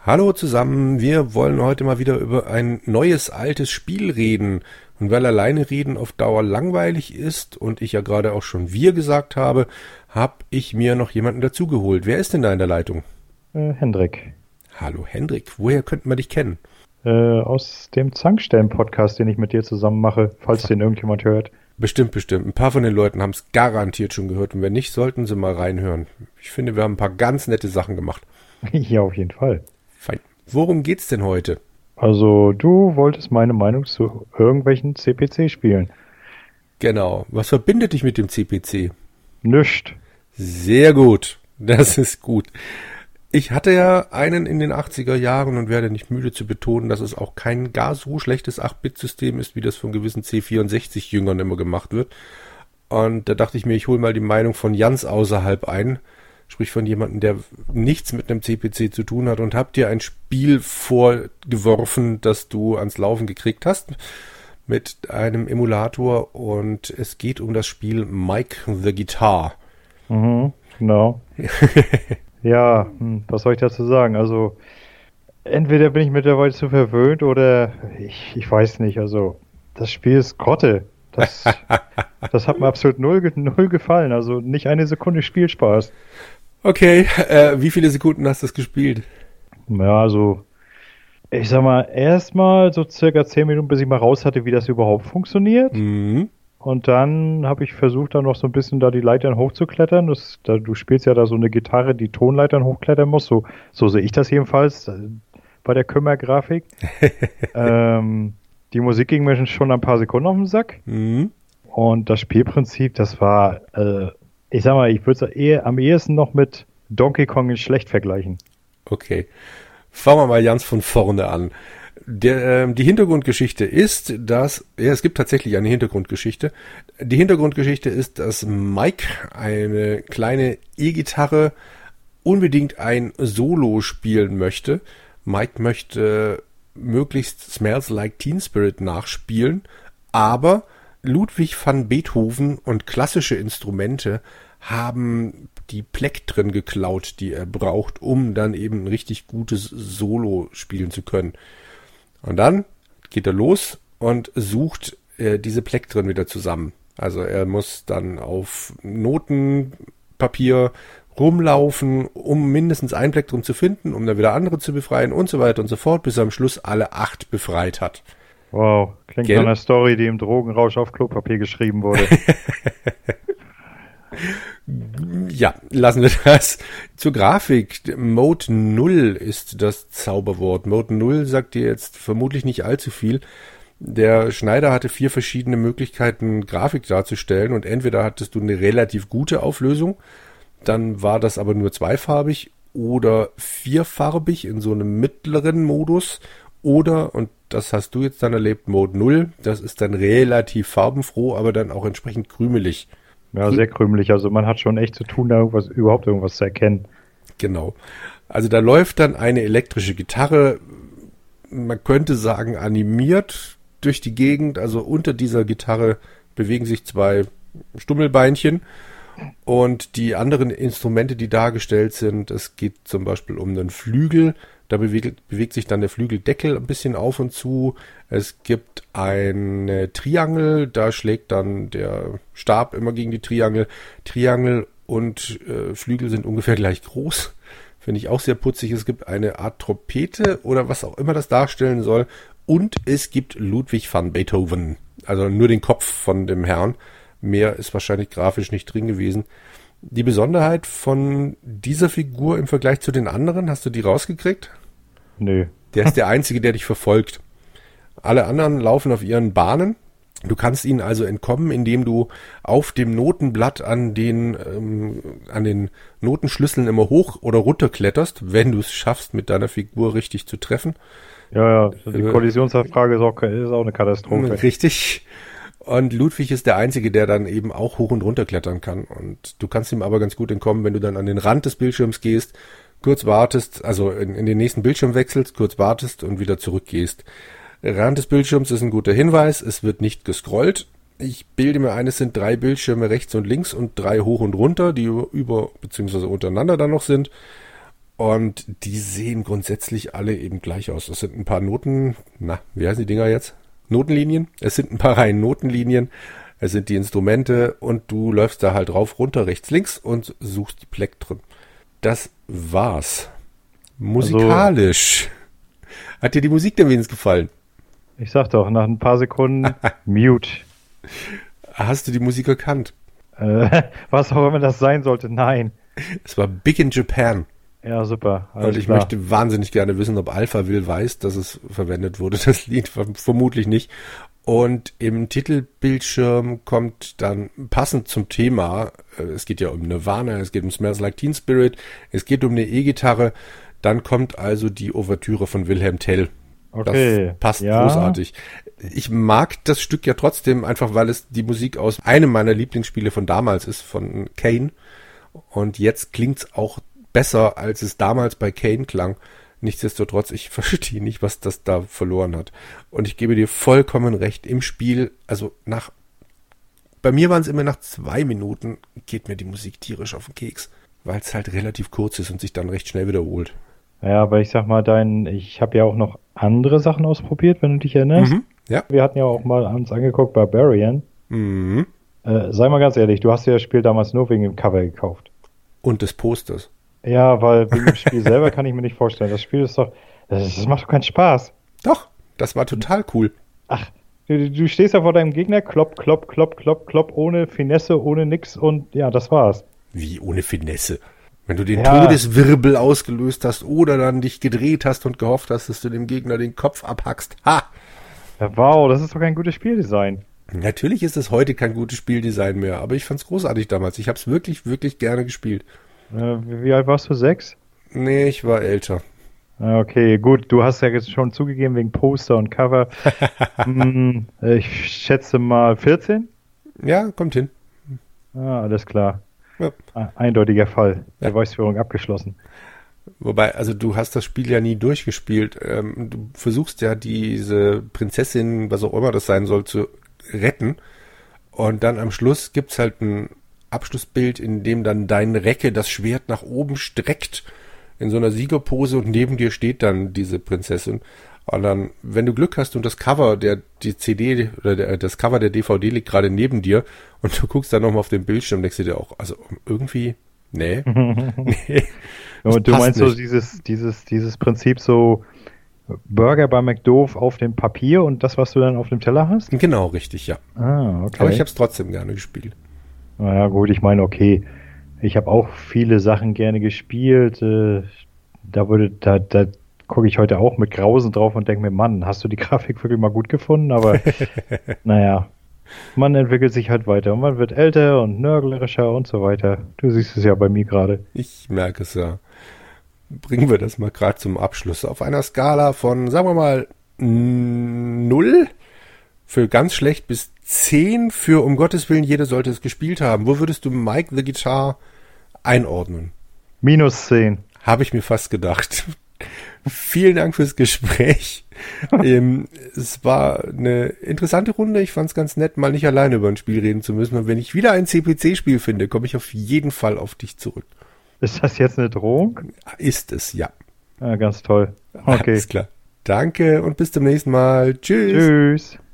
Hallo zusammen, wir wollen heute mal wieder über ein neues, altes Spiel reden. Und weil alleine reden auf Dauer langweilig ist und ich ja gerade auch schon wir gesagt habe, habe ich mir noch jemanden dazugeholt. Wer ist denn da in der Leitung? Hendrik. Hallo Hendrik, woher könnten wir dich kennen? Aus dem Zankstellen-Podcast, den ich mit dir zusammen mache, falls den irgendjemand hört. Bestimmt. Ein paar von den Leuten haben es garantiert schon gehört und wenn nicht, sollten sie mal reinhören. Ich finde, wir haben ein paar ganz nette Sachen gemacht. Ja, auf jeden Fall. Fein. Worum geht's denn heute? Also, du wolltest meine Meinung zu irgendwelchen CPC-Spielen. Genau. Was verbindet dich mit dem CPC? Nischt. Sehr gut. Das ist gut. Ich hatte ja einen in den 80er Jahren und werde nicht müde zu betonen, dass es auch kein gar so schlechtes 8-Bit-System ist, wie das von gewissen C64-Jüngern immer gemacht wird. Und da dachte ich mir, ich hole mal die Meinung von ganz außerhalb ein, sprich von jemandem, der nichts mit einem CPC zu tun hat und hab dir ein Spiel vorgeworfen, das du ans Laufen gekriegt hast mit einem Emulator und es geht um das Spiel Mike the Guitar. Mhm, genau. Ja, was soll ich dazu sagen? Also, entweder bin ich mittlerweile zu verwöhnt oder ich weiß nicht. Also, das Spiel ist Grotte. Das hat mir absolut null gefallen. Also, nicht eine Sekunde Spielspaß. Okay, wie viele Sekunden hast du das gespielt? Ja, also, ich sag mal, erstmal so circa 10 Minuten, bis ich mal raus hatte, wie das überhaupt funktioniert. Mhm. Und dann habe ich versucht, dann noch so ein bisschen da die Leitern hochzuklettern. Du spielst ja da so eine Gitarre, die Tonleitern hochklettern muss. So sehe ich das jedenfalls bei der Kümmer-Grafik. Die Musik ging mir schon ein paar Sekunden auf den Sack. Mhm. Und das Spielprinzip, das war, ich sag mal, ich würde es am ehesten noch mit Donkey Kong in schlecht vergleichen. Okay, fangen wir mal ganz von vorne an. Die Hintergrundgeschichte ist, es gibt tatsächlich eine Hintergrundgeschichte. Die Hintergrundgeschichte ist, dass Mike eine kleine E-Gitarre unbedingt ein Solo spielen möchte. Mike möchte möglichst Smells Like Teen Spirit nachspielen, aber Ludwig van Beethoven und klassische Instrumente haben die Plektren geklaut, die er braucht, um dann eben ein richtig gutes Solo spielen zu können. Und dann geht er los und sucht diese Plektren wieder zusammen. Also er muss dann auf Notenpapier rumlaufen, um mindestens ein Plektrum zu finden, um dann wieder andere zu befreien und so weiter und so fort, bis er am Schluss alle 8 befreit hat. Wow, klingt nach einer Story, die im Drogenrausch auf Klopapier geschrieben wurde. Ja, lassen wir das. Zur Grafik. Mode 0 ist das Zauberwort. Mode 0 sagt dir jetzt vermutlich nicht allzu viel. Der Schneider hatte 4 verschiedene Möglichkeiten, Grafik darzustellen und entweder hattest du eine relativ gute Auflösung, dann war das aber nur zweifarbig oder vierfarbig in so einem mittleren Modus oder, und das hast du jetzt dann erlebt, Mode 0, das ist dann relativ farbenfroh, aber dann auch entsprechend krümelig. Ja, sehr krümelig. Also man hat schon echt zu tun, da überhaupt irgendwas zu erkennen. Genau. Also da läuft dann eine elektrische Gitarre, man könnte sagen animiert durch die Gegend. Also unter dieser Gitarre bewegen sich 2 Stummelbeinchen und die anderen Instrumente, die dargestellt sind, es geht zum Beispiel um einen Flügel. Da bewegt sich dann der Flügeldeckel ein bisschen auf und zu. Es gibt eine Triangel, da schlägt dann der Stab immer gegen die Triangel. Triangel und Flügel sind ungefähr gleich groß. Finde ich auch sehr putzig. Es gibt eine Art Trompete oder was auch immer das darstellen soll. Und es gibt Ludwig van Beethoven. Also nur den Kopf von dem Herrn. Mehr ist wahrscheinlich grafisch nicht drin gewesen. Die Besonderheit von dieser Figur im Vergleich zu den anderen, hast du die rausgekriegt? Nö. Der ist der Einzige, der dich verfolgt. Alle anderen laufen auf ihren Bahnen. Du kannst ihnen also entkommen, indem du auf dem Notenblatt an den Notenschlüsseln immer hoch oder runter kletterst, wenn du es schaffst, mit deiner Figur richtig zu treffen. Ja, die Kollisionsabfrage ist auch eine Katastrophe. Richtig. Und Ludwig ist der Einzige, der dann eben auch hoch und runter klettern kann. Und du kannst ihm aber ganz gut entkommen, wenn du dann an den Rand des Bildschirms gehst, kurz wartest, also in den nächsten Bildschirm wechselst, kurz wartest und wieder zurückgehst. Rand des Bildschirms ist ein guter Hinweis, es wird nicht gescrollt. Ich bilde mir ein, es sind 3 Bildschirme rechts und links und 3 hoch und runter, die über bzw. untereinander dann noch sind. Und die sehen grundsätzlich alle eben gleich aus. Es sind ein paar Noten, wie heißen die Dinger jetzt? Notenlinien. Es sind ein paar Reihen Notenlinien. Es sind die Instrumente und du läufst da halt rauf, runter, rechts, links und suchst die Plektren. Das war's. Musikalisch. Hat dir die Musik denn wenigstens gefallen? Ich sag doch, nach ein paar Sekunden Mute. Hast du die Musik erkannt? Was auch immer das sein sollte, nein. Es war Big in Japan. Ja, super. Und ich möchte wahnsinnig gerne wissen, ob Alphaville weiß, dass es verwendet wurde, das Lied. Vermutlich nicht. Und im Titelbildschirm kommt dann passend zum Thema, es geht ja um Nirvana, es geht um Smells Like Teen Spirit, es geht um eine E-Gitarre, dann kommt also die Ouvertüre von Wilhelm Tell. Okay. Das passt großartig. Ich mag das Stück ja trotzdem, einfach weil es die Musik aus einem meiner Lieblingsspiele von damals ist, von Kane. Und jetzt klingt's auch besser, als es damals bei Kane klang. Nichtsdestotrotz, ich verstehe nicht, was das da verloren hat. Und ich gebe dir vollkommen recht, im Spiel, also bei mir waren es immer nach 2 Minuten, geht mir die Musik tierisch auf den Keks, weil es halt relativ kurz ist und sich dann recht schnell wiederholt. Ja, aber ich sag mal, ich habe ja auch noch andere Sachen ausprobiert, wenn du dich erinnerst. Ja. Wir hatten ja auch mal uns angeguckt, Barbarian. Sei mal ganz ehrlich, du hast ja das Spiel damals nur wegen dem Cover gekauft. Und des Posters. Ja, weil wegen dem Spiel selber kann ich mir nicht vorstellen. Das Spiel ist doch, das macht doch keinen Spaß. Doch, das war total cool. Ach, du stehst ja vor deinem Gegner, klopp, klopp, klopp, klopp, klopp, ohne Finesse, ohne nix und ja, das war's. Wie ohne Finesse? Wenn du den Todeswirbel ausgelöst hast oder dann dich gedreht hast und gehofft hast, dass du dem Gegner den Kopf abhackst. Ha! Ja, wow, das ist doch kein gutes Spieldesign. Natürlich ist es heute kein gutes Spieldesign mehr, aber ich fand's großartig damals. Ich habe es wirklich, wirklich gerne gespielt. Wie alt warst du? 6? Nee, ich war älter. Okay, gut. Du hast ja jetzt schon zugegeben wegen Poster und Cover. Ich schätze mal 14? Ja, kommt hin. Alles klar. Ja. Eindeutiger Fall. Beweisführung abgeschlossen. Wobei, also du hast das Spiel ja nie durchgespielt. Du versuchst ja diese Prinzessin, was auch immer das sein soll, zu retten. Und dann am Schluss gibt's halt ein Abschlussbild, in dem dann dein Recke das Schwert nach oben streckt in so einer Siegerpose und neben dir steht dann diese Prinzessin. Und dann, wenn du Glück hast und das Cover die CD oder das Cover der DVD liegt gerade neben dir und du guckst dann nochmal auf den Bildschirm, denkst du dir auch, also irgendwie, nee. Nee. Und du meinst nicht. So dieses Prinzip so Burger bei McDo auf dem Papier und das, was du dann auf dem Teller hast? Genau, richtig, ja. Okay. Aber ich habe es trotzdem gerne gespielt. Naja, gut, ich meine, okay. Ich habe auch viele Sachen gerne gespielt. Da gucke ich heute auch mit Grausen drauf und denke mir, Mann, hast du die Grafik wirklich mal gut gefunden? Aber naja, man entwickelt sich halt weiter und man wird älter und nörglerischer und so weiter. Du siehst es ja bei mir gerade. Ich merke es ja. Bringen wir das mal gerade zum Abschluss. Auf einer Skala von, sagen wir mal, 0 für ganz schlecht bis 10 für um Gottes Willen, jeder sollte es gespielt haben. Wo würdest du Mike the Guitar einordnen? -10. Habe ich mir fast gedacht. Vielen Dank fürs Gespräch. Es war eine interessante Runde. Ich fand es ganz nett, mal nicht alleine über ein Spiel reden zu müssen. Und wenn ich wieder ein CPC-Spiel finde, komme ich auf jeden Fall auf dich zurück. Ist das jetzt eine Drohung? Ist es, ja. Ganz toll. Okay. Alles klar. Danke und bis zum nächsten Mal. Tschüss. Tschüss.